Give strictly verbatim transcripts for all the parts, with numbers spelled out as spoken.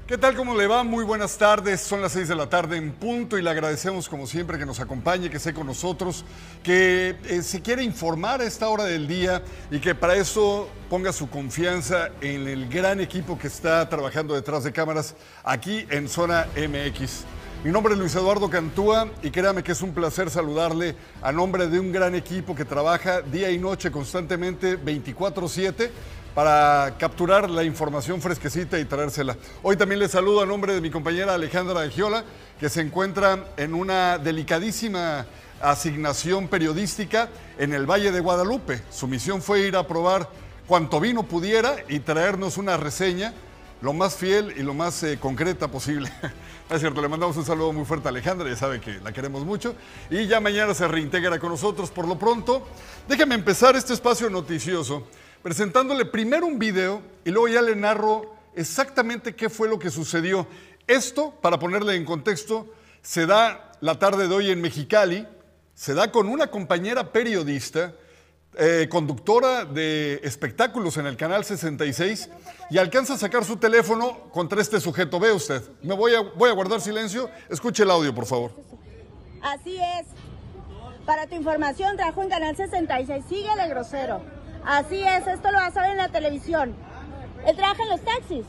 ¿Qué tal? ¿Cómo le va? Muy buenas tardes. Son las seis de la tarde en punto y le agradecemos como siempre que nos acompañe, que esté con nosotros, que eh, se quiere informar a esta hora del día y que para eso ponga su confianza en el gran equipo que está trabajando detrás de cámaras aquí en Zona M X. Mi nombre es Luis Eduardo Cantúa y créame que es un placer saludarle a nombre de un gran equipo que trabaja día y noche constantemente veinticuatro siete para capturar la información fresquecita y traérsela. Hoy también les saludo a nombre de mi compañera Alejandra Angiola, que se encuentra en una delicadísima asignación periodística en el Valle de Guadalupe. Su misión fue ir a probar cuanto vino pudiera y traernos una reseña lo más fiel y lo más eh, concreta posible. Es cierto, le mandamos un saludo muy fuerte a Alejandra, ya sabe que la queremos mucho. Y ya mañana se reintegra con nosotros. Por lo pronto, déjeme empezar este espacio noticioso presentándole primero un video y luego ya le narro exactamente qué fue lo que sucedió. Esto, para ponerle en contexto, se da la tarde de hoy en Mexicali, se da con una compañera periodista, eh, conductora de espectáculos en el Canal sesenta y seis, y alcanza a sacar su teléfono contra este sujeto. Ve usted, me voy a, voy a guardar silencio, escuche el audio, por favor. Así es. Para tu información, trabajo en Canal sesenta y seis, síguele grosero. Así es, esto lo vas a ver en la televisión. Él trabaja en los taxis.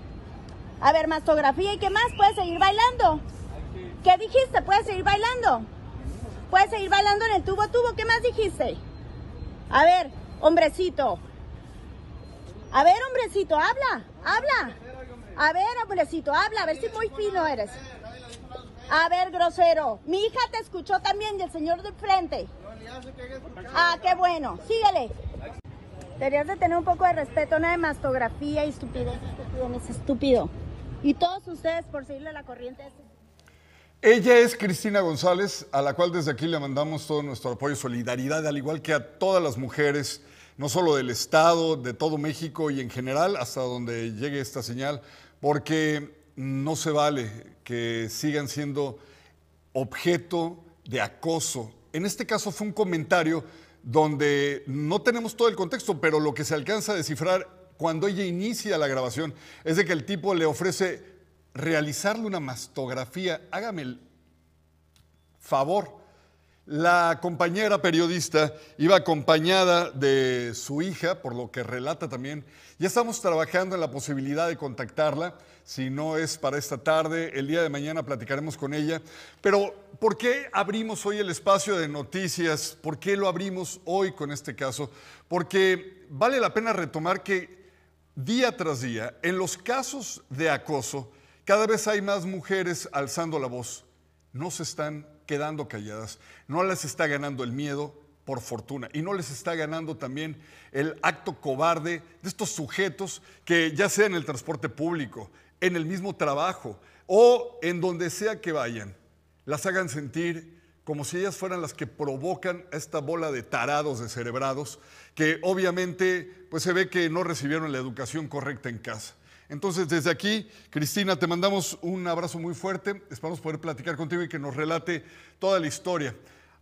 A ver, mastografía, ¿y qué más? ¿Puedes seguir bailando? ¿Qué dijiste? ¿Puedes seguir bailando? ¿Puedes seguir bailando en el tubo tubo? ¿Qué más dijiste? A ver, hombrecito. A ver, hombrecito, habla, habla. A ver, hombrecito, habla, a ver si muy fino eres. A ver, grosero. Mi hija te escuchó también y el señor de frente. Ah, qué bueno. Síguele. Deberías de tener un poco de respeto, no de mastografía y estupidez, estúpido, es estúpido. Y todos ustedes por seguirle la corriente. Ella es Cristina González, a la cual desde aquí le mandamos todo nuestro apoyo y solidaridad, al igual que a todas las mujeres, no solo del Estado, de todo México y en general hasta donde llegue esta señal, porque no se vale que sigan siendo objeto de acoso. En este caso fue un comentario donde no tenemos todo el contexto, pero lo que se alcanza a descifrar cuando ella inicia la grabación es de que el tipo le ofrece realizarle una mastografía. Hágame el favor. La compañera periodista iba acompañada de su hija, por lo que relata también. Ya estamos trabajando en la posibilidad de contactarla. Si no es para esta tarde, el día de mañana platicaremos con ella. Pero, ¿por qué abrimos hoy el espacio de noticias? ¿Por qué lo abrimos hoy con este caso? Porque vale la pena retomar que día tras día, en los casos de acoso, cada vez hay más mujeres alzando la voz. No se están quedando calladas, no les está ganando el miedo, por fortuna, y no les está ganando también el acto cobarde de estos sujetos que ya sea en el transporte público, en el mismo trabajo o en donde sea que vayan, las hagan sentir como si ellas fueran las que provocan a esta bola de tarados descerebrados que obviamente pues se ve que no recibieron la educación correcta en casa. Entonces, desde aquí, Cristina, te mandamos un abrazo muy fuerte. Esperamos poder platicar contigo y que nos relate toda la historia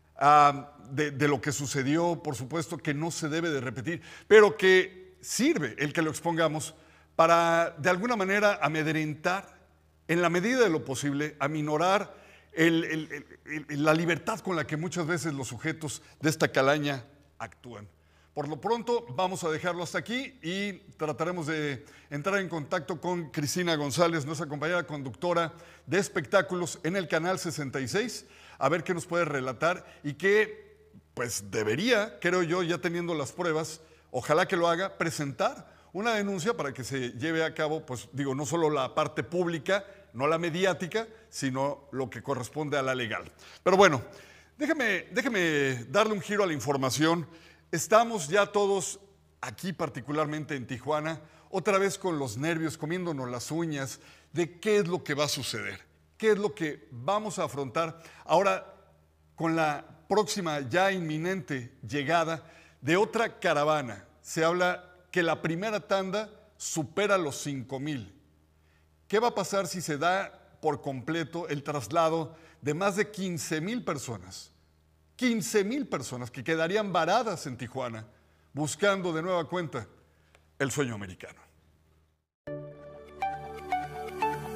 uh, de, de lo que sucedió, por supuesto, que no se debe de repetir, pero que sirve el que lo expongamos para, de alguna manera, amedrentar, en la medida de lo posible, aminorar el, el, el, el, la libertad con la que muchas veces los sujetos de esta calaña actúan. Por lo pronto, vamos a dejarlo hasta aquí y trataremos de entrar en contacto con Cristina González, nuestra compañera conductora de espectáculos en el Canal sesenta y seis, a ver qué nos puede relatar y que, pues debería, creo yo, ya teniendo las pruebas, ojalá que lo haga, presentar una denuncia para que se lleve a cabo, pues digo, no solo la parte pública, no la mediática, sino lo que corresponde a la legal. Pero bueno, déjeme, déjeme darle un giro a la información. Estamos ya todos aquí, particularmente en Tijuana, otra vez con los nervios, comiéndonos las uñas de qué es lo que va a suceder, qué es lo que vamos a afrontar ahora con la próxima ya inminente llegada de otra caravana. Se habla que la primera tanda supera los cinco mil. ¿Qué va a pasar si se da por completo el traslado de más de quince mil personas? quince mil personas que quedarían varadas en Tijuana buscando de nueva cuenta el sueño americano.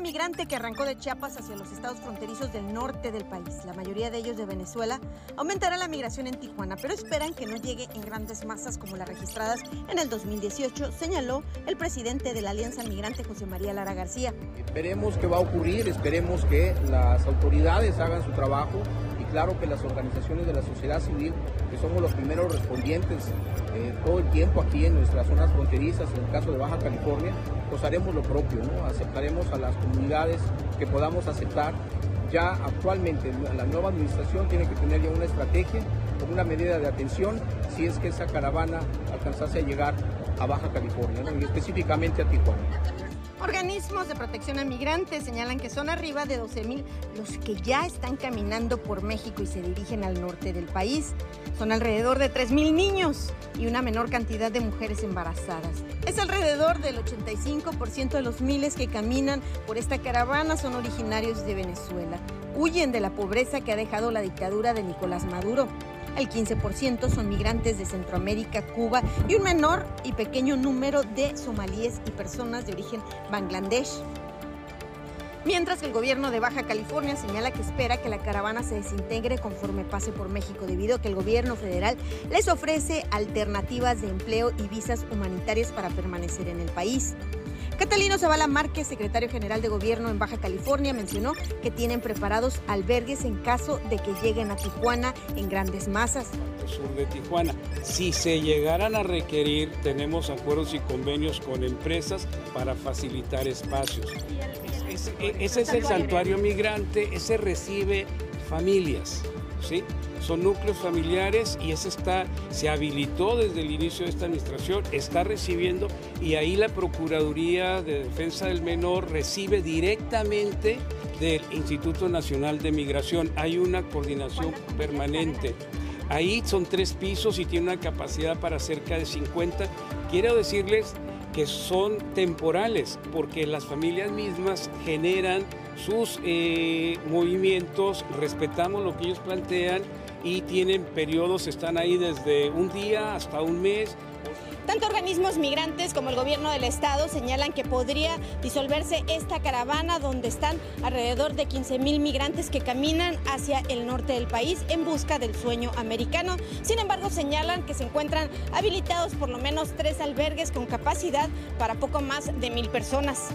migrante que arrancó de Chiapas hacia los estados fronterizos del norte del país, la mayoría de ellos de Venezuela, aumentará la migración en Tijuana, pero esperan que no llegue en grandes masas como las registradas en el dos mil dieciocho, señaló el presidente de la Alianza Migrante, José María Lara García. Esperemos que va a ocurrir, esperemos que las autoridades hagan su trabajo y claro que las organizaciones de la sociedad civil, que somos los primeros respondientes eh, todo el tiempo aquí en nuestras zonas fronterizas, en el caso de Baja California, pues haremos lo propio, ¿no? Aceptaremos a las comunidades que podamos aceptar. Ya actualmente la nueva administración tiene que tener ya una estrategia, con una medida de atención, si es que esa caravana alcanzase a llegar a Baja California, ¿no? Y específicamente a Tijuana. Organismos de protección a migrantes señalan que son arriba de doce mil los que ya están caminando por México y se dirigen al norte del país. Son alrededor de tres mil niños y una menor cantidad de mujeres embarazadas. Es alrededor del ochenta y cinco por ciento de los miles que caminan por esta caravana son originarios de Venezuela. Huyen de la pobreza que ha dejado la dictadura de Nicolás Maduro. El quince por ciento son migrantes de Centroamérica, Cuba y un menor y pequeño número de somalíes y personas de origen Bangladesh. Mientras que el gobierno de Baja California señala que espera que la caravana se desintegre conforme pase por México, debido a que el gobierno federal les ofrece alternativas de empleo y visas humanitarias para permanecer en el país. Catalino Zavala Márquez, secretario general de Gobierno en Baja California, mencionó que tienen preparados albergues en caso de que lleguen a Tijuana en grandes masas. Sur de Tijuana. Si se llegaran a requerir, tenemos acuerdos y convenios con empresas para facilitar espacios. Ese, ese es el santuario migrante, ese recibe familias, ¿sí? Son núcleos familiares y ese está, se habilitó desde el inicio de esta administración, está recibiendo y ahí la Procuraduría de Defensa del Menor recibe directamente del Instituto Nacional de Migración. Hay una coordinación permanente. Ahí son tres pisos y tiene una capacidad para cerca de cincuenta. Quiero decirles que son temporales porque las familias mismas generan sus eh, movimientos, respetamos lo que ellos plantean y tienen periodos, están ahí desde un día hasta un mes. Tanto organismos migrantes como el gobierno del estado señalan que podría disolverse esta caravana donde están alrededor de quince mil migrantes que caminan hacia el norte del país en busca del sueño americano. Sin embargo, señalan que se encuentran habilitados por lo menos tres albergues con capacidad para poco más de mil personas.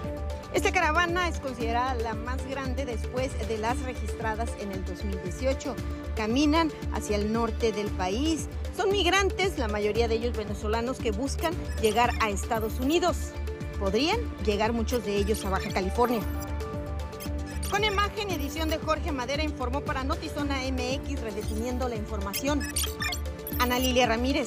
Esta caravana es considerada la más grande después de las registradas en el dos mil dieciocho. Caminan hacia el norte del país. Son migrantes, la mayoría de ellos venezolanos, que buscan llegar a Estados Unidos. Podrían llegar muchos de ellos a Baja California. Con imagen y edición de Jorge Madera, informó para Notizona M X, redefiniendo la información, Ana Lilia Ramírez.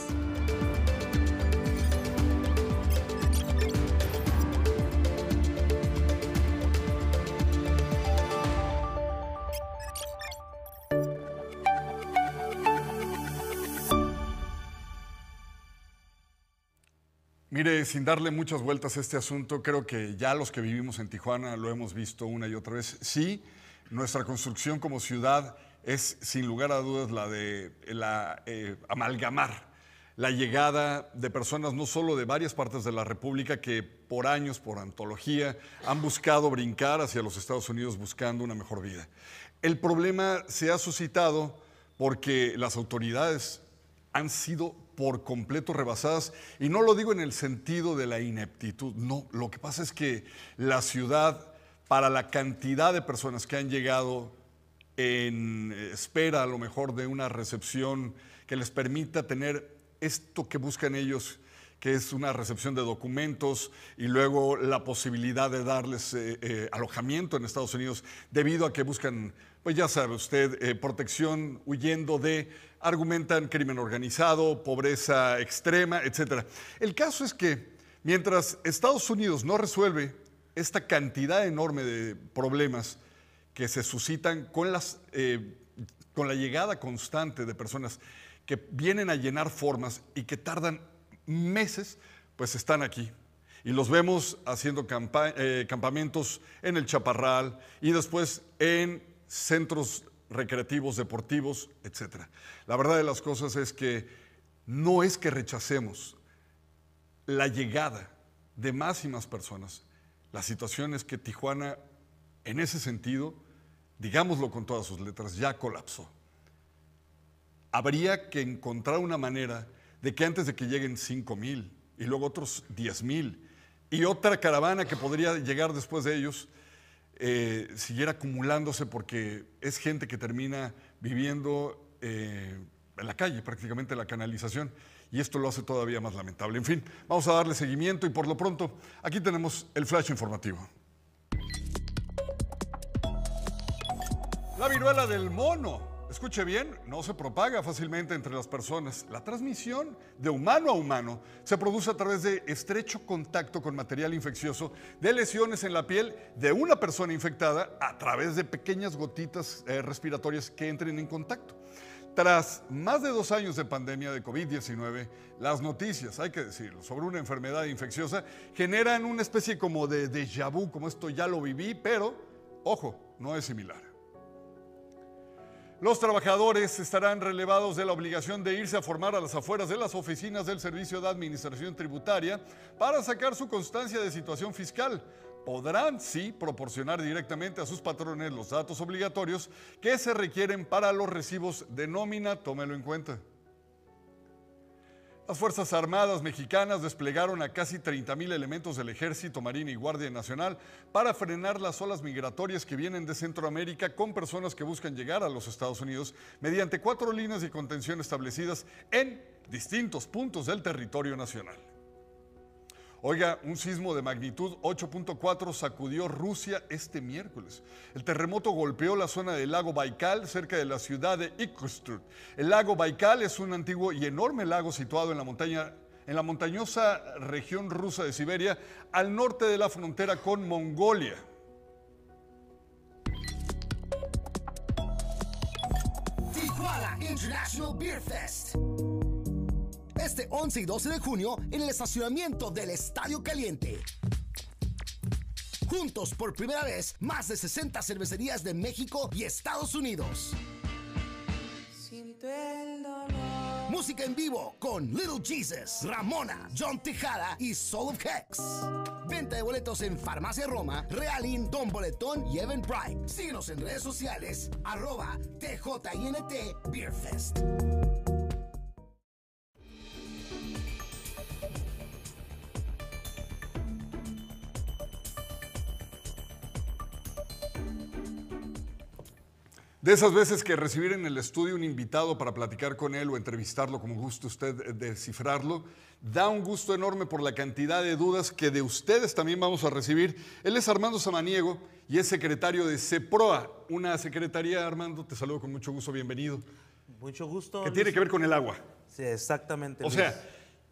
Mire, sin darle muchas vueltas a este asunto, creo que ya los que vivimos en Tijuana lo hemos visto una y otra vez. Sí, nuestra construcción como ciudad es sin lugar a dudas la de la, eh, amalgamar la llegada de personas no solo de varias partes de la República que por años, por antología, han buscado brincar hacia los Estados Unidos buscando una mejor vida. El problema se ha suscitado porque las autoridades han sido por completo rebasadas, y no lo digo en el sentido de la ineptitud, no, lo que pasa es que la ciudad, para la cantidad de personas que han llegado en espera a lo mejor de una recepción que les permita tener esto que buscan ellos, que es una recepción de documentos y luego la posibilidad de darles eh, eh, alojamiento en Estados Unidos, debido a que buscan, pues ya sabe usted, eh, protección huyendo de, argumentan crimen organizado, pobreza extrema, etcétera. El caso es que mientras Estados Unidos no resuelve esta cantidad enorme de problemas que se suscitan con, las, eh, con la llegada constante de personas que vienen a llenar formas y que tardan meses, pues están aquí. Y los vemos haciendo campa eh, campamentos en el Chaparral y después en centros recreativos, deportivos, etcétera. La verdad de las cosas es que no es que rechacemos la llegada de más y más personas. La situación es que Tijuana, en ese sentido, digámoslo con todas sus letras, ya colapsó. Habría que encontrar una manera de que antes de que lleguen cinco mil y luego otros diez mil y otra caravana que podría llegar después de ellos, eh, siguiera acumulándose, porque es gente que termina viviendo eh, en la calle, prácticamente en la canalización, y esto lo hace todavía más lamentable. En fin, vamos a darle seguimiento y por lo pronto aquí tenemos el flash informativo. La viruela del mono, escuche bien, no se propaga fácilmente entre las personas. La transmisión de humano a humano se produce a través de estrecho contacto con material infeccioso, de lesiones en la piel de una persona infectada a través de pequeñas gotitas eh, respiratorias que entren en contacto. Tras más de dos años de pandemia de COVID diecinueve, las noticias, hay que decirlo, sobre una enfermedad infecciosa generan una especie como de déjà vu, como esto ya lo viví, pero, ojo, no es similar. Los trabajadores estarán relevados de la obligación de irse a formar a las afueras de las oficinas del Servicio de Administración Tributaria para sacar su constancia de situación fiscal. Podrán, sí, proporcionar directamente a sus patrones los datos obligatorios que se requieren para los recibos de nómina, tómelo en cuenta. Las Fuerzas Armadas mexicanas desplegaron a casi treinta mil elementos del Ejército, Marina y Guardia Nacional para frenar las olas migratorias que vienen de Centroamérica con personas que buscan llegar a los Estados Unidos mediante cuatro líneas de contención establecidas en distintos puntos del territorio nacional. Oiga, un sismo de magnitud ocho punto cuatro sacudió Rusia este miércoles. El terremoto golpeó la zona del lago Baikal, cerca de la ciudad de Irkutsk. El lago Baikal es un antiguo y enorme lago situado en la montaña, en la montañosa región rusa de Siberia, al norte de la frontera con Mongolia. Tijuana International Beer Fest. Este once y doce de junio en el estacionamiento del Estadio Caliente. Juntos por primera vez, más de sesenta cervecerías de México y Estados Unidos. Siento el dolor. Música en vivo con Little Jesus, Ramona, John Tejada y Soul of Hex. Venta de boletos en Farmacia Roma, Realin, Don Boletón y Eventbrite. Síguenos en redes sociales, arroba T J I N T Beer Fest. De esas veces que recibir en el estudio un invitado para platicar con él o entrevistarlo, como guste usted descifrarlo, da un gusto enorme por la cantidad de dudas que de ustedes también vamos a recibir. Él es Armando Samaniego y es secretario de CEPROA, una secretaría, Armando, te saludo con mucho gusto, bienvenido. Mucho gusto. Que tiene que ver con el agua. Sí, exactamente. O Luis. sea,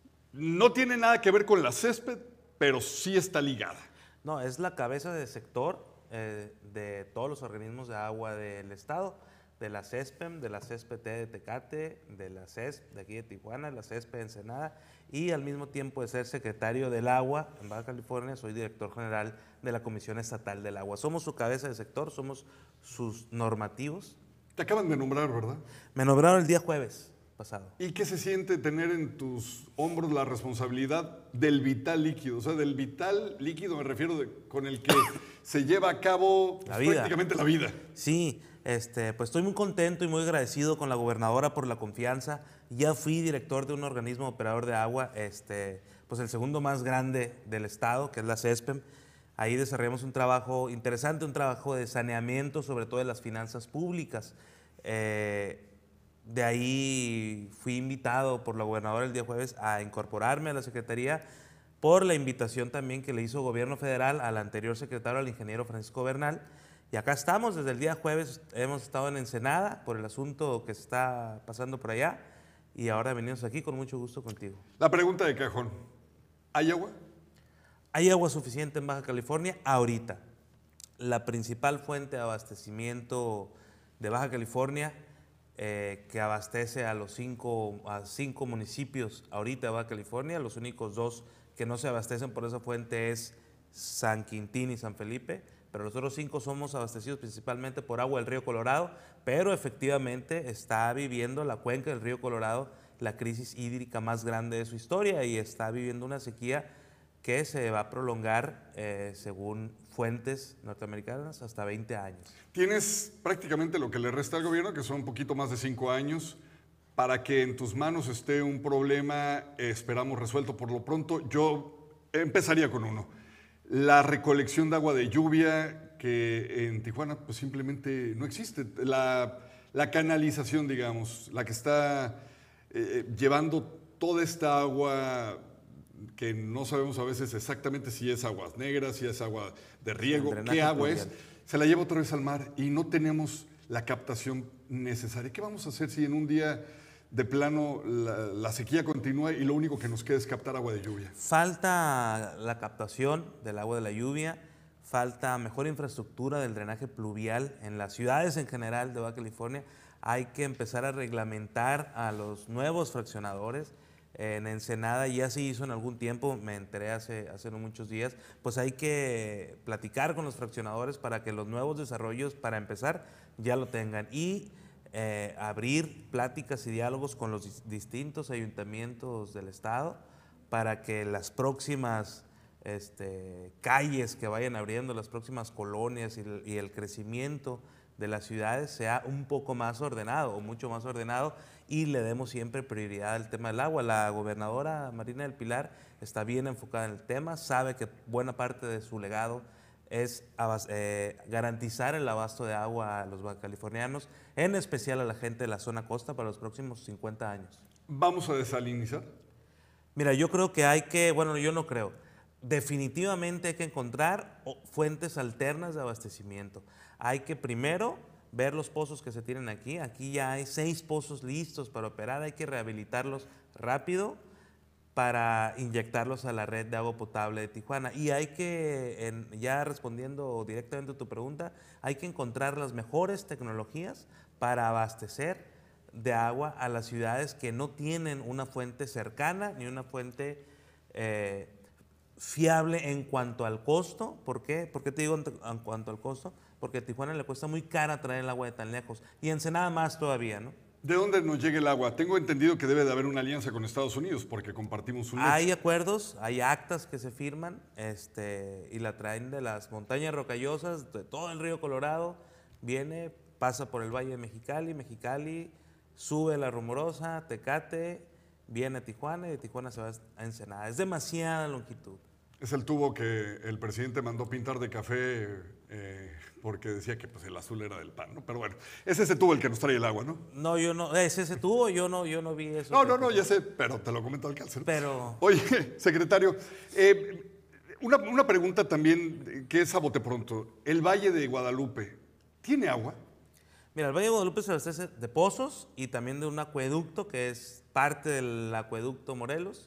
no tiene nada que ver con la césped, pero sí está ligada. No, es la cabeza de sector eh, de todos los organismos de agua del estado, de la CESPEM, de la CESPT de Tecate, de la CESP de aquí de Tijuana, la CESP de Ensenada, y al mismo tiempo de ser secretario del agua en Baja California, soy director general de la Comisión Estatal del Agua. Somos su cabeza de sector, somos sus normativos. Te acaban de nombrar, ¿verdad? Me nombraron el día jueves pasado. ¿Y qué se siente tener en tus hombros la responsabilidad del vital líquido? O sea, del vital líquido me refiero de, con el que se lleva a cabo pues, la vida. prácticamente la vida. Sí, este, pues estoy muy contento y muy agradecido con la gobernadora por la confianza. Ya fui director de un organismo operador de agua, este, pues el segundo más grande del estado, que es la CESPEM. Ahí desarrollamos un trabajo interesante, un trabajo de saneamiento, sobre todo de las finanzas públicas. Eh, de ahí fui invitado por la gobernadora el día jueves a incorporarme a la secretaría por la invitación también que le hizo el gobierno federal al anterior secretario, al ingeniero Francisco Bernal. Y acá estamos, desde el día jueves hemos estado en Ensenada por el asunto que se está pasando por allá y ahora venimos aquí con mucho gusto contigo. La pregunta de cajón, ¿hay agua? Hay agua suficiente en Baja California ahorita. La principal fuente de abastecimiento de Baja California, eh, que abastece a los cinco, a cinco municipios ahorita de Baja California, los únicos dos que no se abastecen por esa fuente es San Quintín y San Felipe, pero los otros cinco somos abastecidos principalmente por agua del río Colorado, pero efectivamente está viviendo la cuenca del río Colorado la crisis hídrica más grande de su historia y está viviendo una sequía que se va a prolongar, eh, según fuentes norteamericanas, hasta veinte años. Tienes prácticamente lo que le resta al gobierno, que son un poquito más de cinco años, para que en tus manos esté un problema, eh, esperamos resuelto. Por lo pronto, yo empezaría con uno. La recolección de agua de lluvia, que en Tijuana pues simplemente no existe. La, la canalización, digamos, la que está eh, llevando toda esta agua que no sabemos a veces exactamente si es aguas negras, si es agua de riego, qué agua es, se la lleva otra vez al mar y no tenemos la captación necesaria. ¿Qué vamos a hacer si en un día de plano la, la sequía continúa y lo único que nos queda es captar agua de lluvia? Falta la captación del agua de la lluvia, falta mejor infraestructura del drenaje pluvial en las ciudades en general de Baja California. Hay que empezar a reglamentar a los nuevos fraccionadores. En Ensenada ya se hizo en algún tiempo, me enteré hace, hace no muchos días, pues hay que platicar con los fraccionadores para que los nuevos desarrollos, para empezar, ya lo tengan. Y eh, abrir pláticas y diálogos con los distintos ayuntamientos del estado para que las próximas Este, calles que vayan abriendo, las próximas colonias y el, y el crecimiento de las ciudades sea un poco más ordenado o mucho más ordenado y le demos siempre prioridad al tema del agua. La gobernadora Marina del Pilar está bien enfocada en el tema, sabe que buena parte de su legado es eh, garantizar el abasto de agua a los bajacalifornianos, en especial a la gente de la zona costa para los próximos cincuenta años. ¿Vamos a desalinizar? Mira, yo creo que hay que, bueno, yo no creo, definitivamente hay que encontrar fuentes alternas de abastecimiento. Hay que primero ver los pozos que se tienen aquí. Aquí ya hay seis pozos listos para operar. Hay que rehabilitarlos rápido para inyectarlos a la red de agua potable de Tijuana. Y hay que, en, ya respondiendo directamente a tu pregunta, hay que encontrar las mejores tecnologías para abastecer de agua a las ciudades que no tienen una fuente cercana ni una fuente eh, fiable en cuanto al costo. ¿Por qué? ¿Por qué te digo en cuanto al costo? Porque a Tijuana le cuesta muy cara traer el agua de tan lejos y Ensenada más todavía, ¿no? ¿De dónde nos llega el agua? Tengo entendido que debe de haber una alianza con Estados Unidos porque compartimos un lecho. Hay acuerdos, hay actas que se firman este, y la traen de las montañas rocallosas, de todo el río Colorado, viene, pasa por el Valle de Mexicali, Mexicali, sube la Rumorosa, Tecate, viene a Tijuana y de Tijuana se va a Ensenada. Es demasiada longitud. Es el tubo que el presidente mandó pintar de café eh, porque decía que pues, el azul era del P A N, ¿no? Pero bueno, es ese tubo el que nos trae el agua, ¿no? No, yo no, es ese tubo, yo no, yo no vi eso. No, no, no, ya sé, pero te lo comento al calce. Pero... Oye, secretario, eh, una, una pregunta también que es a bote pronto. ¿El Valle de Guadalupe tiene agua? Mira, el Valle de Guadalupe se abastece de pozos y también de un acueducto que es parte del acueducto Morelos.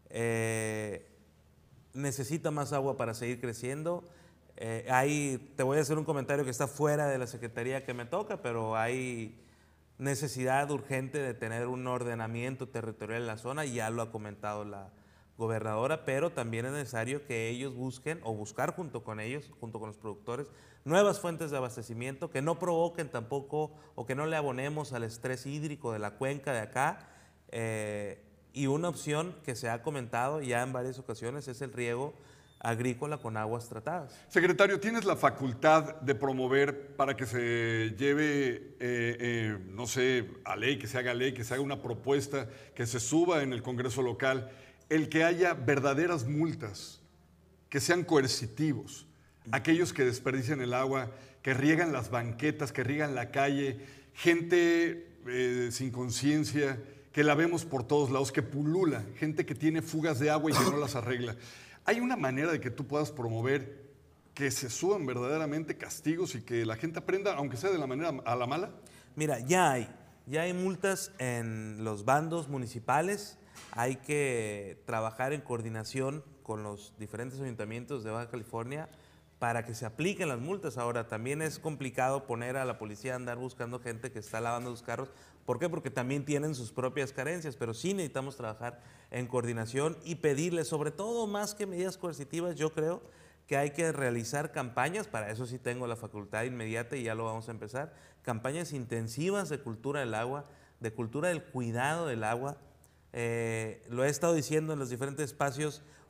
Eh, necesita más agua para seguir creciendo. Eh, hay, te voy a hacer un comentario que está fuera de la secretaría que me toca, pero hay necesidad urgente de tener un ordenamiento territorial en la zona, ya lo ha comentado la gobernadora, pero también es necesario que ellos busquen o buscar junto con ellos, junto con los productores, nuevas fuentes de abastecimiento que no provoquen tampoco o que no le abonemos al estrés hídrico de la cuenca de acá. Eh, y una opción que se ha comentado ya en varias ocasiones es el riego agrícola con aguas tratadas. Secretario, ¿tienes la facultad de promover para que se lleve, eh, eh, no sé, a ley, que se haga ley, que se haga una propuesta, que se suba en el Congreso local, el que haya verdaderas multas, que sean coercitivos, aquellos que desperdician el agua, que riegan las banquetas, que riegan la calle, gente eh, sin conciencia, que la vemos por todos lados, que pulula, gente que tiene fugas de agua y que no las arregla? ¿Hay una manera de que tú puedas promover que se suban verdaderamente castigos y que la gente aprenda, aunque sea de la manera a la mala? Mira, ya hay, ya hay multas en los bandos municipales. Hay que trabajar en coordinación con los diferentes ayuntamientos de Baja California para que se apliquen las multas. Ahora, también es complicado poner a la policía a andar buscando gente que está lavando sus carros. ¿Por qué? Porque también tienen sus propias carencias, pero sí necesitamos trabajar en coordinación y pedirles, sobre todo más que medidas coercitivas, yo creo que hay que realizar campañas, para eso sí tengo la facultad inmediata y ya lo vamos a empezar, campañas intensivas de cultura del agua, de cultura del cuidado del agua. Eh, lo he estado diciendo en los diferentes espacios,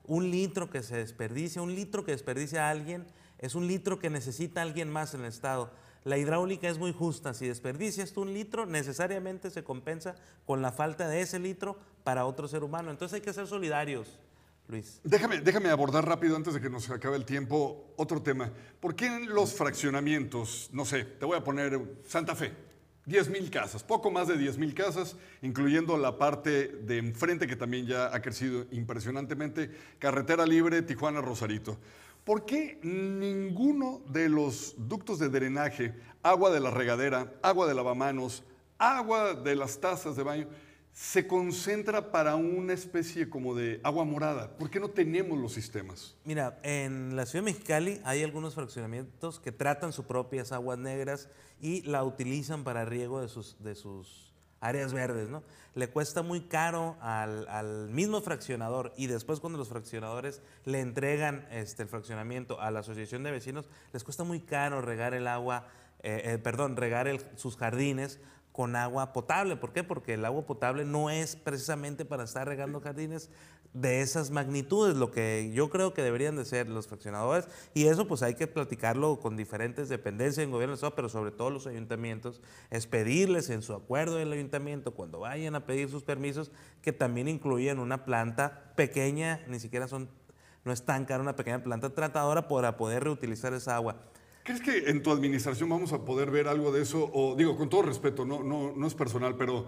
un litro que se desperdicia, un litro que desperdicia a alguien, es un litro que necesita alguien más en el estado. La hidráulica es muy justa, si desperdicias tú un litro, necesariamente se compensa con la falta de ese litro para otro ser humano. Entonces hay que ser solidarios, Luis. Déjame, déjame abordar rápido antes de que nos acabe el tiempo otro tema. ¿Por qué en los fraccionamientos, no sé, te voy a poner Santa Fe, diez mil casas, poco más de diez mil casas, incluyendo la parte de enfrente que también ya ha crecido impresionantemente, carretera libre Tijuana-Rosarito? ¿Por qué ninguno de los ductos de drenaje, agua de la regadera, agua de lavamanos, agua de las tazas de baño, se concentra para una especie como de agua morada? ¿Por qué no tenemos los sistemas? Mira, en la ciudad de Mexicali hay algunos fraccionamientos que tratan sus propias aguas negras y la utilizan para riego de sus, de sus áreas verdes, ¿no? Le cuesta muy caro al, al mismo fraccionador, y después cuando los fraccionadores le entregan este, el fraccionamiento a la asociación de vecinos, les cuesta muy caro regar el agua, eh, eh, perdón, regar el, sus jardines con agua potable. ¿Por qué? Porque el agua potable no es precisamente para estar regando jardines de esas magnitudes, lo que yo creo que deberían de ser los fraccionadores, y eso pues hay que platicarlo con diferentes dependencias en gobierno, pero sobre todo los ayuntamientos, es pedirles en su acuerdo del ayuntamiento, cuando vayan a pedir sus permisos, que también incluyan una planta pequeña, ni siquiera son, no es tan cara, una pequeña planta tratadora para poder reutilizar esa agua. ¿Crees que en tu administración vamos a poder ver algo de eso? O digo, con todo respeto, no, no, no es personal, pero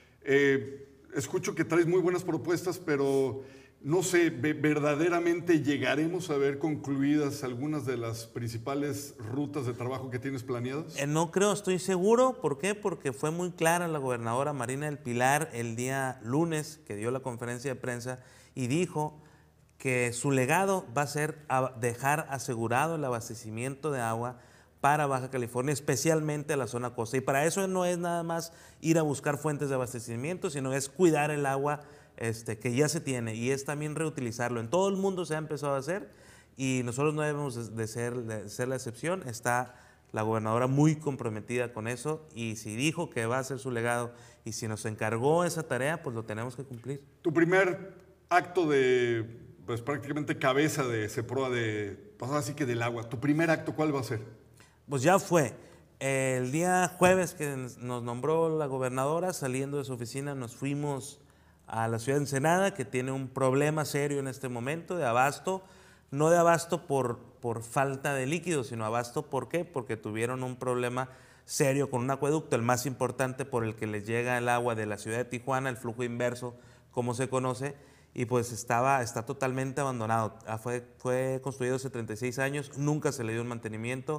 eh, escucho que traes muy buenas propuestas, pero no sé, ¿verdaderamente llegaremos a ver concluidas algunas de las principales rutas de trabajo que tienes planeadas? Eh, no creo, estoy seguro. ¿Por qué? Porque fue muy clara la gobernadora Marina del Pilar el día lunes que dio la conferencia de prensa y dijo que su legado va a ser a dejar asegurado el abastecimiento de agua para Baja California, especialmente a la zona costa. Y para eso no es nada más ir a buscar fuentes de abastecimiento, sino es cuidar el agua este, que ya se tiene, y es también reutilizarlo. En todo el mundo se ha empezado a hacer y nosotros no debemos de ser, de ser la excepción. Está la gobernadora muy comprometida con eso, y si dijo que va a ser su legado y si nos encargó esa tarea, pues lo tenemos que cumplir. Tu primer acto de, pues prácticamente cabeza de CEPROA, de, pues así que del agua, ¿tu primer acto cuál va a ser? Pues ya fue. El día jueves que nos nombró la gobernadora, saliendo de su oficina, nos fuimos a la ciudad de Ensenada, que tiene un problema serio en este momento de abasto, no de abasto por, por falta de líquidos, sino abasto, ¿por qué? Porque tuvieron un problema serio con un acueducto, el más importante por el que les llega el agua de la ciudad de Tijuana, el flujo inverso, como se conoce, y pues estaba, está totalmente abandonado. Fue, fue construido hace treinta y seis años, nunca se le dio un mantenimiento.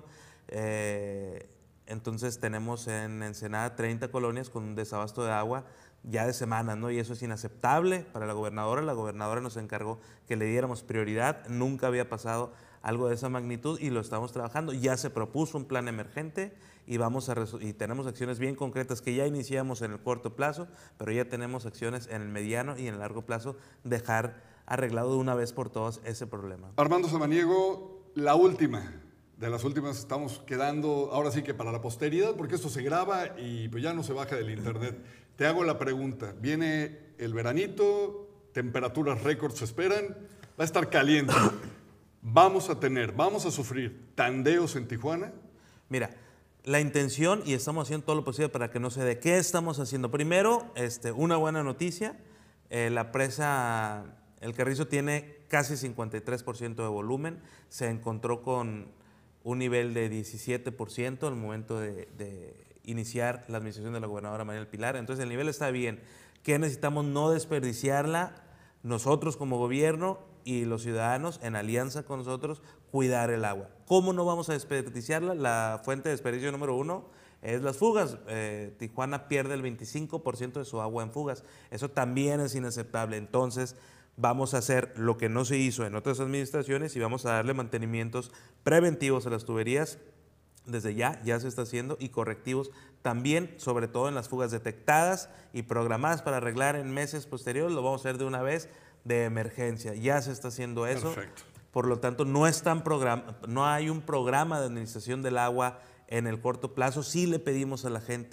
Eh, entonces tenemos en Ensenada treinta colonias con un desabasto de agua ya de semanas, ¿no? Y eso es inaceptable para la gobernadora. La gobernadora nos encargó que le diéramos prioridad, nunca había pasado algo de esa magnitud y lo estamos trabajando. Ya se propuso un plan emergente y, vamos a y tenemos acciones bien concretas que ya iniciamos en el corto plazo, pero ya tenemos acciones en el mediano y en el largo plazo, dejar arreglado de una vez por todas ese problema. Armando Samaniego, la última. De las últimas estamos quedando, ahora sí que para la posteridad, porque esto se graba y pues ya no se baja del internet. Te hago la pregunta, viene el veranito, temperaturas récords se esperan, va a estar caliente. ¿Vamos a tener, vamos a sufrir tandeos en Tijuana? Mira, la intención, y estamos haciendo todo lo posible para que no se dé. ¿Qué estamos haciendo? Primero, este, una buena noticia, eh, la presa El Carrizo tiene casi cincuenta y tres por ciento de volumen, se encontró con un nivel de diecisiete por ciento al momento de, de iniciar la administración de la gobernadora Marina del Pilar. Entonces el nivel está bien. ¿Qué necesitamos? No desperdiciarla, nosotros como gobierno y los ciudadanos en alianza con nosotros, cuidar el agua. ¿Cómo no vamos a desperdiciarla? La fuente de desperdicio número uno es las fugas. Eh, Tijuana pierde el veinticinco por ciento de su agua en fugas. Eso también es inaceptable. Entonces vamos a hacer lo que no se hizo en otras administraciones y vamos a darle mantenimientos preventivos a las tuberías. Desde ya, ya se está haciendo, y correctivos también, sobre todo en las fugas detectadas y programadas para arreglar en meses posteriores. Lo vamos a hacer de una vez, de emergencia. Ya se está haciendo eso. Perfecto. Por lo tanto, no, están programa, no hay un programa de administración del agua en el corto plazo. Sí le pedimos a la gente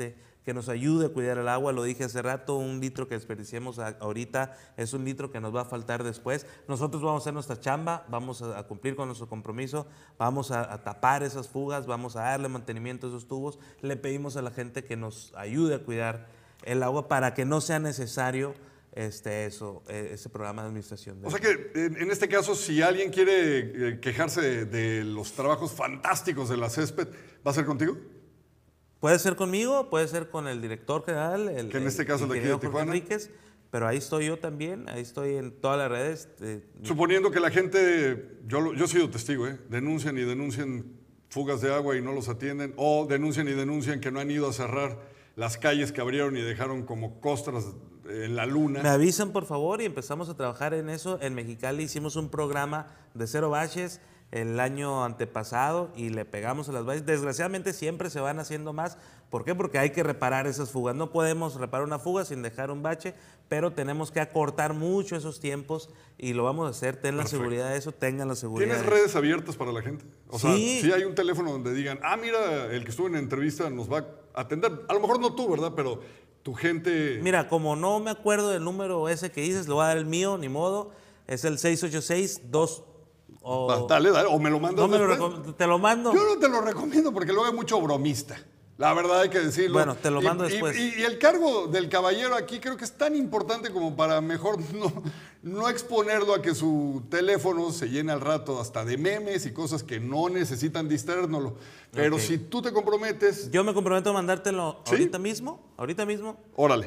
que nos ayude a cuidar el agua. Lo dije hace rato, un litro que desperdiciemos a- ahorita es un litro que nos va a faltar después. Nosotros vamos a hacer nuestra chamba, vamos a, a cumplir con nuestro compromiso, vamos a, a tapar esas fugas, vamos a darle mantenimiento a esos tubos. Le pedimos a la gente que nos ayude a cuidar el agua para que no sea necesario este, eso, eh, ese programa de administración. de O sea que en, en este caso, si alguien quiere eh, quejarse de, de los trabajos fantásticos de la Césped, ¿va a ser contigo? Puede ser conmigo, puede ser con el director general, el, Que en este caso el de aquí de ingeniero Jorge Tijuana. Enríquez, pero ahí estoy yo también, ahí estoy en todas las redes. eh, Suponiendo que la gente, yo, lo- yo he sido testigo, ¿eh? denuncian y denuncian fugas de agua y no los atienden, o denuncian y denuncian que no han ido a cerrar las calles que abrieron y dejaron como costras en la luna. Me avisan, por favor, y empezamos a trabajar en eso. En Mexicali hicimos un programa de cero baches el año antepasado y le pegamos a las baches. Desgraciadamente siempre se van haciendo más. ¿Por qué? Porque hay que reparar esas fugas. No podemos reparar una fuga sin dejar un bache, pero tenemos que acortar mucho esos tiempos y lo vamos a hacer. Ten la Perfecto. seguridad de eso, tengan la seguridad. ¿Tienes de eso. redes abiertas para la gente? O sea, Sí. si hay un teléfono donde digan, ah, mira, el que estuvo en la entrevista nos va a atender. A lo mejor no tú, ¿verdad? Pero tu gente... Mira, como no me acuerdo del número ese que dices, le voy a dar el mío, ni modo. Es el seis ocho seis dos... o- Ah, dale, dale, o me lo mandas no me lo después. recom- te lo mando. Yo no te lo recomiendo porque luego hay mucho bromista. La verdad hay que decirlo. Bueno, te lo Y- mando y, después. Y, y el cargo del caballero aquí creo que es tan importante como para mejor no, no exponerlo a que su teléfono se llene al rato hasta de memes y cosas que no necesitan distraérnoslo. Pero Ok. si tú te comprometes, Yo me comprometo a mandártelo ¿Sí? ahorita mismo, ahorita mismo. órale.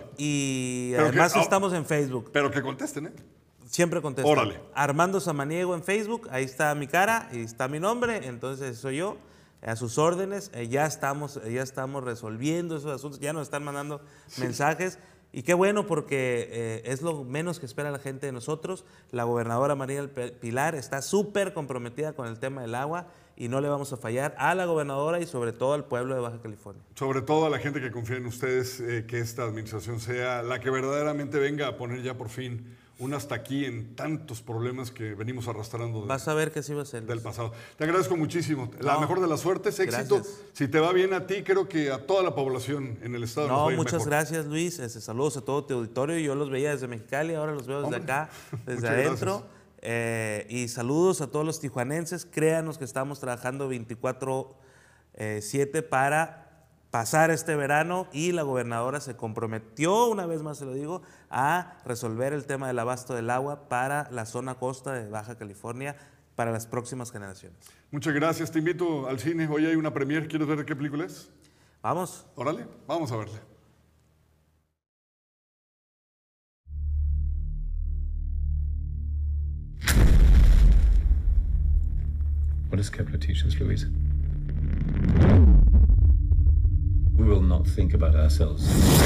Y Pero que- además ah, estamos en Facebook. Pero que contesten, ¿eh? Siempre contesto. Órale. Armando Samaniego en Facebook, ahí está mi cara y está mi nombre, entonces soy yo. A sus órdenes, eh, ya, estamos, eh, ya estamos resolviendo esos asuntos, ya nos están mandando mensajes. Y qué bueno porque eh, es lo menos que espera la gente de nosotros. La gobernadora María del Pe- Pilar está súper comprometida con el tema del agua y no le vamos a fallar a la gobernadora y sobre todo al pueblo de Baja California. Sobre todo a la gente que confía en ustedes, eh, que esta administración sea la que verdaderamente venga a poner ya por fin un hasta aquí en tantos problemas que venimos arrastrando de- Vas a ver que sí va a ser. del pasado. Te agradezco muchísimo. La No, mejor de las suertes, éxito. gracias. Si te va bien a ti, creo que a toda la población en el estado nos va No, a ir muchas mejor. gracias, Luis. Este, saludos a todo tu auditorio. Yo los veía desde Mexicali, ahora los veo desde Hombre, acá, desde muchas adentro. gracias. Eh, y saludos a todos los tijuanenses. Créanos que estamos trabajando veinticuatro siete para pasar este verano y la gobernadora se comprometió, una vez más se lo digo, a resolver el tema del abasto del agua para la zona costa de Baja California para las próximas generaciones. Muchas gracias. Te invito al cine. Hoy hay una premier. ¿Quieres ver de qué película es? Vamos. Órale, vamos a verla. What does Kepler teach us, Louise? We will not think about ourselves.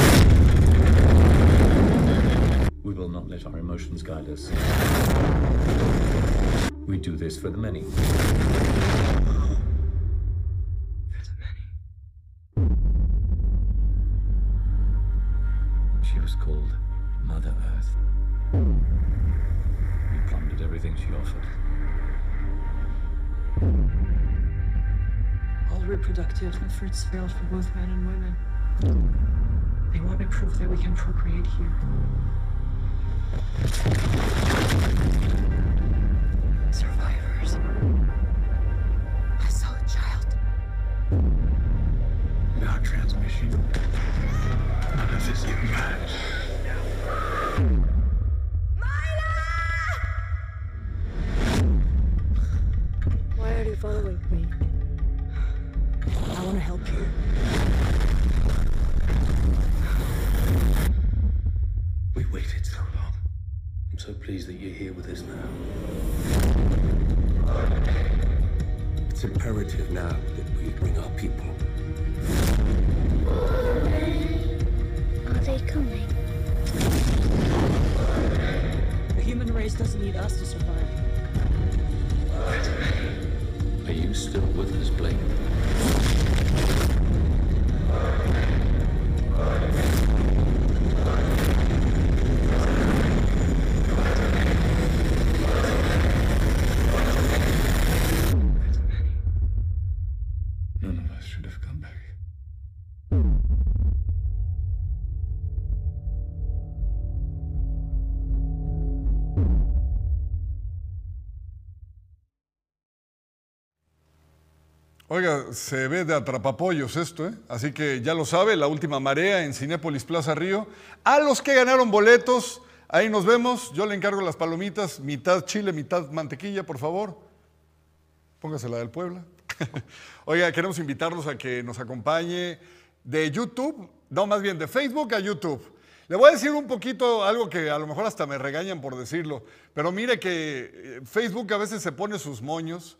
We will not let our emotions guide us. We do this for the many. She was called Mother Earth. We plundered everything she offered. All reproductive efforts failed for both men and women. They wanted proof that we can procreate here. Survivors. I saw a child. Our transmission. None of this even matters. Why are you following me? I want to help you. We waited so long. I'm so pleased that you're here with us now. It's imperative now that we bring our people. Are they coming? The human race doesn't need us to survive. Are you still with us, Blake? None of us should have come back. Oiga, se ve de atrapapollos esto, ¿eh? Así que ya lo sabe, La Última Marea en Cinépolis Plaza Río. A los que ganaron boletos, ahí nos vemos. Yo le encargo las palomitas, mitad chile, mitad mantequilla, por favor. Póngase la del Puebla. Oiga, queremos invitarlos a que nos acompañe de YouTube, no, más bien de Facebook a YouTube. Le voy a decir un poquito algo que a lo mejor hasta me regañan por decirlo, pero mire que Facebook a veces se pone sus moños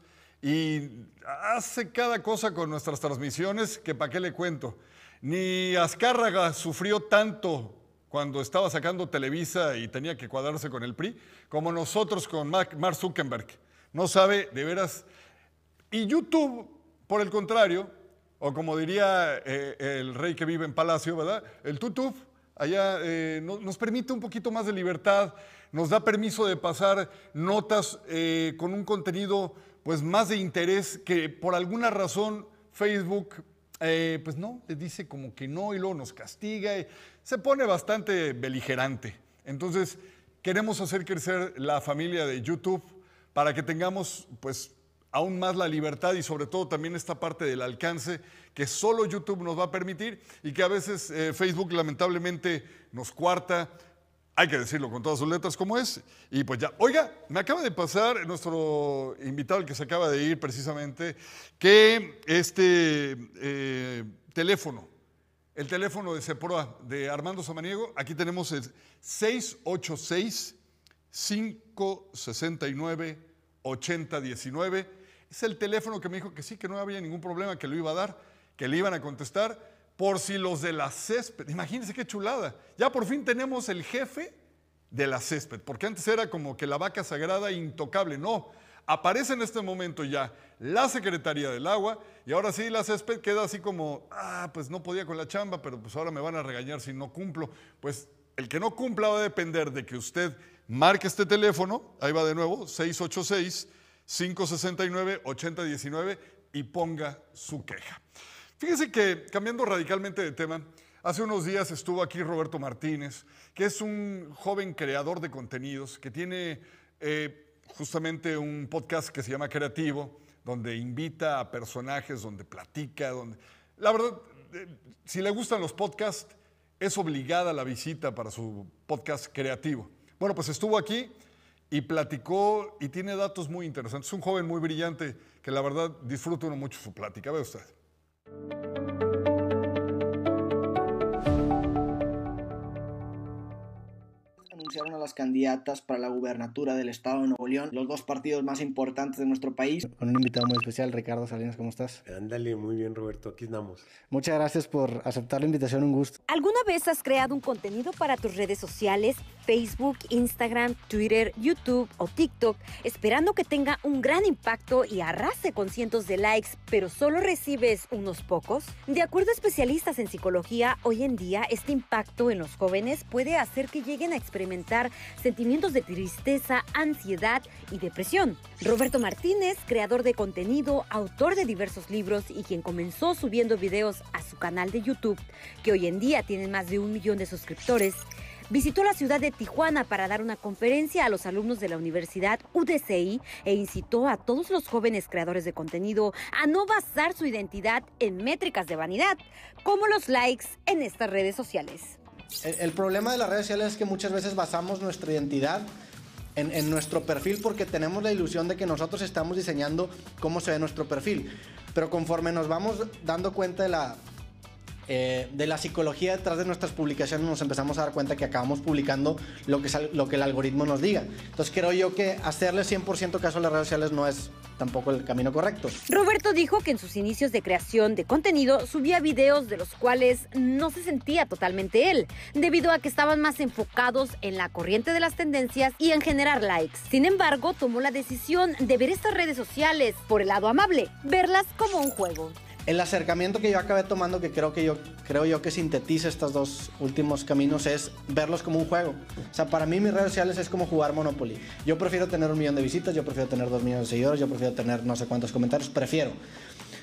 y hace cada cosa con nuestras transmisiones que para qué le cuento. Ni Azcárraga sufrió tanto cuando estaba sacando Televisa y tenía que cuadrarse con el P R I, como nosotros con Mark Zuckerberg. No sabe, de veras. Y YouTube, por el contrario, o como diría eh, el rey que vive en Palacio, ¿verdad? El tutuf, allá eh, no, nos permite un poquito más de libertad, nos da permiso de pasar notas eh, con un contenido pues más de interés que por alguna razón Facebook eh, pues no, le dice como que no y luego nos castiga y se pone bastante beligerante. Entonces queremos hacer crecer la familia de YouTube para que tengamos pues aún más la libertad y sobre todo también esta parte del alcance que solo YouTube nos va a permitir y que a veces eh, Facebook lamentablemente nos cuarta. Hay que decirlo con todas sus letras como es. Y pues ya, oiga, me acaba de pasar nuestro invitado, el que se acaba de ir precisamente, que este eh, teléfono, el teléfono de CEPROA de Armando Samaniego, aquí tenemos el seis ocho seis, cinco seis nueve, ocho cero uno nueve. Es el teléfono que me dijo que sí, que no había ningún problema, que lo iba a dar, que le iban a contestar. Por si los de la Césped, imagínense qué chulada, ya por fin tenemos el jefe de la Césped, porque antes era como que la vaca sagrada intocable, no, aparece en este momento ya la Secretaría del Agua y ahora sí la Césped queda así como, ah, pues no podía con la chamba, pero pues ahora me van a regañar si no cumplo. Pues el que no cumpla va a depender de que usted marque este teléfono, ahí va de nuevo, seis ocho seis, cinco seis nueve, ocho cero uno nueve y ponga su queja. Fíjese que, cambiando radicalmente de tema, hace unos días estuvo aquí Roberto Martínez, que es un joven creador de contenidos, que tiene eh, justamente un podcast que se llama Creativo, donde invita a personajes, donde platica, donde... La verdad, eh, si le gustan los podcasts, es obligada la visita para su podcast Creativo. Bueno, pues estuvo aquí y platicó y tiene datos muy interesantes. Es un joven muy brillante que la verdad disfruta uno mucho su plática. Vea usted. Anunciaron a las candidatas para la gubernatura del estado de Nuevo León, los dos partidos más importantes de nuestro país. Con un invitado muy especial, Ricardo Salinas, ¿cómo estás? Ándale, muy bien, Roberto, aquí estamos. Muchas gracias por aceptar la invitación, un gusto. ¿Alguna vez has creado un contenido para tus redes sociales, Facebook, Instagram, Twitter, YouTube o TikTok, esperando que tenga un gran impacto y arrase con cientos de likes, pero solo recibes unos pocos? De acuerdo a especialistas en psicología, hoy en día este impacto en los jóvenes puede hacer que lleguen a experimentar sentimientos de tristeza, ansiedad y depresión. Roberto Martínez, creador de contenido, autor de diversos libros y quien comenzó subiendo videos a su canal de YouTube, que hoy en día tiene más de un millón de suscriptores, visitó la ciudad de Tijuana para dar una conferencia a los alumnos de la Universidad U D C I e incitó a todos los jóvenes creadores de contenido a no basar su identidad en métricas de vanidad, como los likes en estas redes sociales. El, el problema de las redes sociales es que muchas veces basamos nuestra identidad en, en nuestro perfil porque tenemos la ilusión de que nosotros estamos diseñando cómo se ve nuestro perfil. Pero conforme nos vamos dando cuenta de la, eh, de la psicología detrás de nuestras publicaciones, nos empezamos a dar cuenta que acabamos publicando lo que, lo que el algoritmo nos diga. Entonces creo yo que hacerle cien por ciento caso a las redes sociales no es tampoco el camino correcto. Roberto dijo que en sus inicios de creación de contenido subía videos de los cuales no se sentía totalmente él, debido a que estaban más enfocados en la corriente de las tendencias y en generar likes. Sin embargo, tomó la decisión de ver estas redes sociales por el lado amable, verlas como un juego. El acercamiento que yo acabé tomando, que creo que yo creo yo que sintetiza estos dos últimos caminos, es verlos como un juego. O sea, para mí mis redes sociales es como jugar Monopoly. Yo prefiero tener un millón de visitas, yo prefiero tener dos millones de seguidores, yo prefiero tener no sé cuántos comentarios, prefiero.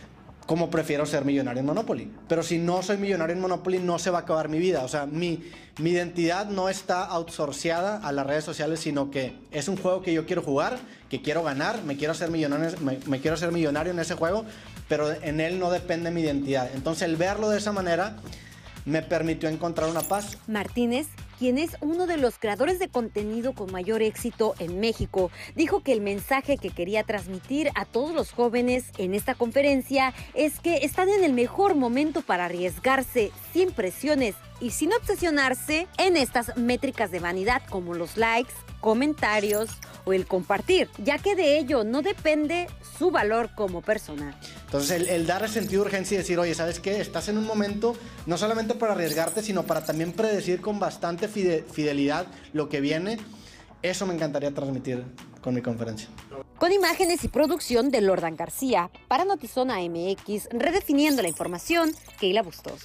como prefiero ser millonario en Monopoly. Pero si no soy millonario en Monopoly, no se va a acabar mi vida. O sea, mi, mi identidad no está outsourceada a las redes sociales, sino que es un juego que yo quiero jugar, que quiero ganar, me quiero hacer millonario, me, me quiero hacer millonario en ese juego, pero en él no depende mi identidad. Entonces, el verlo de esa manera me permitió encontrar una paz. Martínez, quien es uno de los creadores de contenido con mayor éxito en México, dijo que el mensaje que quería transmitir a todos los jóvenes en esta conferencia es que están en el mejor momento para arriesgarse sin presiones y sin obsesionarse en estas métricas de vanidad como los likes, comentarios o el compartir, ya que de ello no depende su valor como persona. Entonces, el, el dar el sentido de urgencia y decir, oye, ¿sabes qué? Estás en un momento no solamente para arriesgarte, sino para también predecir con bastante fide- fidelidad lo que viene. Eso me encantaría transmitir con mi conferencia. Con imágenes y producción de Lordan García, para Notizona M X, redefiniendo la información, Keila Bustos.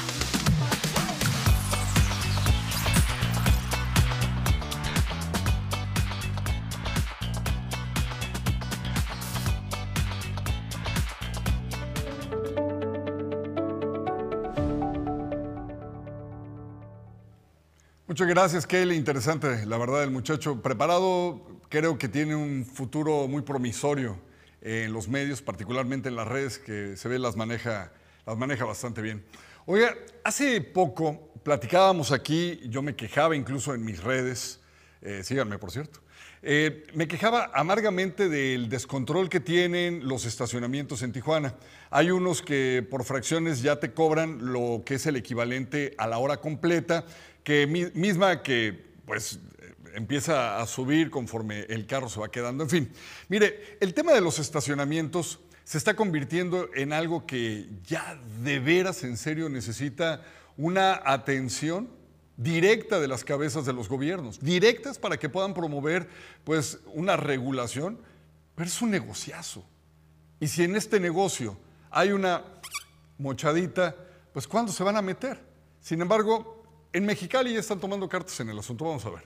Muchas gracias, Keila. Interesante, la verdad, el muchacho preparado. Creo que tiene un futuro muy promisorio en los medios, particularmente en las redes, que se ve las maneja, las maneja bastante bien. Oiga, hace poco platicábamos aquí, yo me quejaba incluso en mis redes, eh, síganme por cierto, eh, me quejaba amargamente del descontrol que tienen los estacionamientos en Tijuana. Hay unos que por fracciones ya te cobran lo que es el equivalente a la hora completa, que mi, misma que pues empieza a subir conforme el carro se va quedando. En fin, mire, el tema de los estacionamientos se está convirtiendo en algo que ya de veras en serio necesita una atención directa de las cabezas de los gobiernos, directas para que puedan promover pues una regulación, pero es un negociazo. Y si en este negocio hay una mochadita, pues ¿cuándo se van a meter? Sin embargo, en Mexicali ya están tomando cartas en el asunto. Vamos a ver.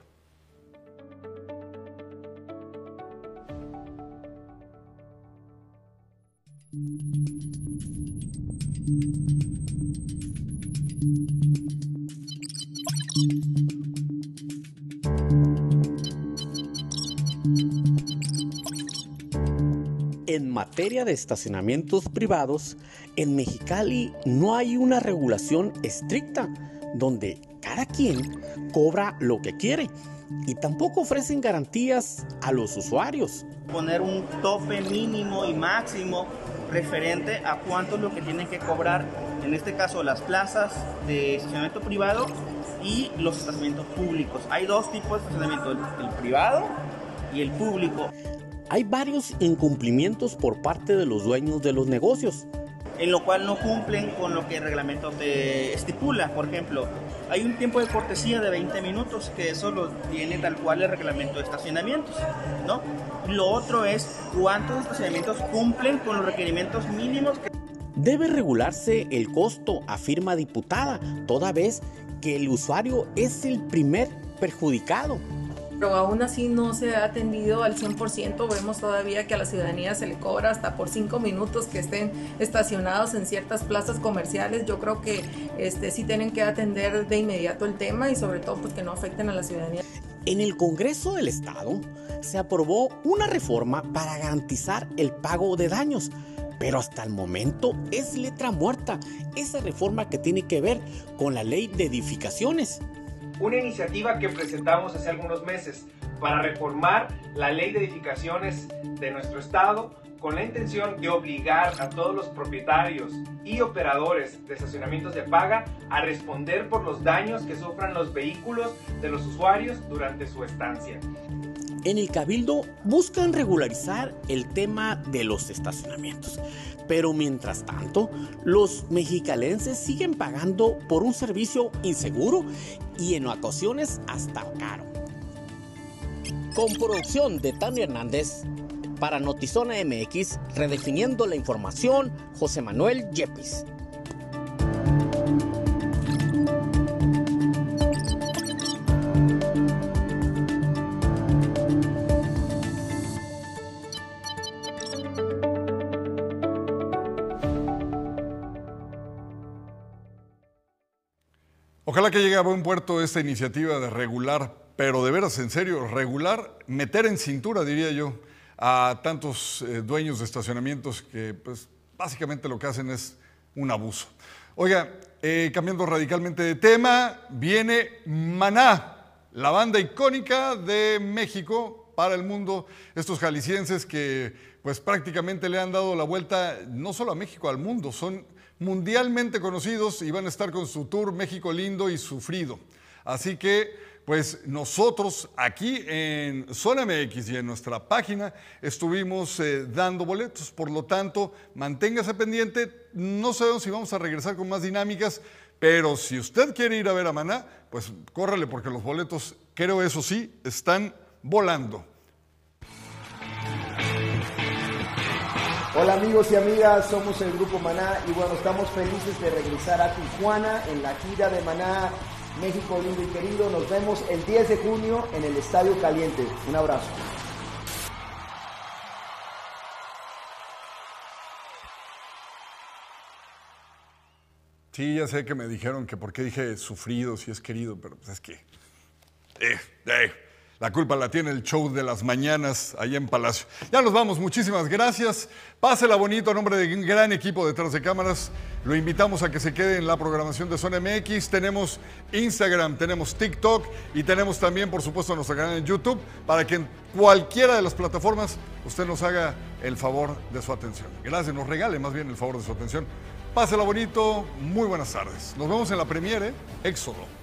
En materia de estacionamientos privados, en Mexicali no hay una regulación estricta donde cada quien cobra lo que quiere y tampoco ofrecen garantías a los usuarios. Poner un tope mínimo y máximo referente a cuánto es lo que tienen que cobrar, en este caso las plazas de estacionamiento privado y los estacionamientos públicos. Hay dos tipos de estacionamiento, el, el privado y el público. Hay varios incumplimientos por parte de los dueños de los negocios, en lo cual no cumplen con lo que el reglamento te estipula. Por ejemplo, hay un tiempo de cortesía de veinte minutos, que eso lo tiene tal cual el reglamento de estacionamientos, ¿no? Lo otro es cuántos estacionamientos cumplen con los requerimientos mínimos. Que... Debe regularse el costo, afirma diputada, toda vez que el usuario es el primer perjudicado. Pero aún así no se ha atendido al cien por ciento. Vemos todavía que a la ciudadanía se le cobra hasta por cinco minutos que estén estacionados en ciertas plazas comerciales. Yo creo que este, sí tienen que atender de inmediato el tema y sobre todo pues, que no afecten a la ciudadanía. En el Congreso del Estado se aprobó una reforma para garantizar el pago de daños, pero hasta el momento es letra muerta esa reforma que tiene que ver con la ley de edificaciones. Una iniciativa que presentamos hace algunos meses para reformar la ley de edificaciones de nuestro estado con la intención de obligar a todos los propietarios y operadores de estacionamientos de paga a responder por los daños que sufran los vehículos de los usuarios durante su estancia. En el Cabildo buscan regularizar el tema de los estacionamientos, pero mientras tanto, los mexicalenses siguen pagando por un servicio inseguro y en ocasiones hasta caro. Con producción de Tania Hernández, para Notizona M X, redefiniendo la información, José Manuel Yepes. ojalá que llegue a buen puerto esta iniciativa de regular, pero de veras, en serio, regular, meter en cintura, diría yo, a tantos eh, dueños de estacionamientos que pues básicamente lo que hacen es un abuso. Oiga, eh, cambiando radicalmente de tema, viene Maná, la banda icónica de México para el mundo, estos jaliscienses que pues prácticamente le han dado la vuelta no solo a México, al mundo, son mundialmente conocidos y van a estar con su tour México Lindo y Sufrido. Así que pues nosotros aquí en Zona M X y en nuestra página estuvimos eh, dando boletos, por lo tanto, manténgase pendiente, no sabemos si vamos a regresar con más dinámicas, pero si usted quiere ir a ver a Maná, pues córrale porque los boletos, creo eso sí, están volando. Hola amigos y amigas, somos el Grupo Maná y bueno, estamos felices de regresar a Tijuana en la gira de Maná, México Lindo y Querido. Nos vemos el diez de junio en el Estadio Caliente. Un abrazo. Sí, ya sé que me dijeron que por qué dije sufrido si es querido, pero pues es que eh, eh, la culpa la tiene el show de las mañanas allá en Palacio. Ya nos vamos, muchísimas gracias. Pásela bonito a nombre de un gran equipo detrás de cámaras. Lo invitamos a que se quede en la programación de Zona M X. Tenemos Instagram, tenemos TikTok y tenemos también, por supuesto, nuestro canal en YouTube para que en cualquiera de las plataformas usted nos haga el favor de su atención. Gracias, nos regale más bien el favor de su atención. Pásela bonito, muy buenas tardes. Nos vemos en la premiere, Éxodo.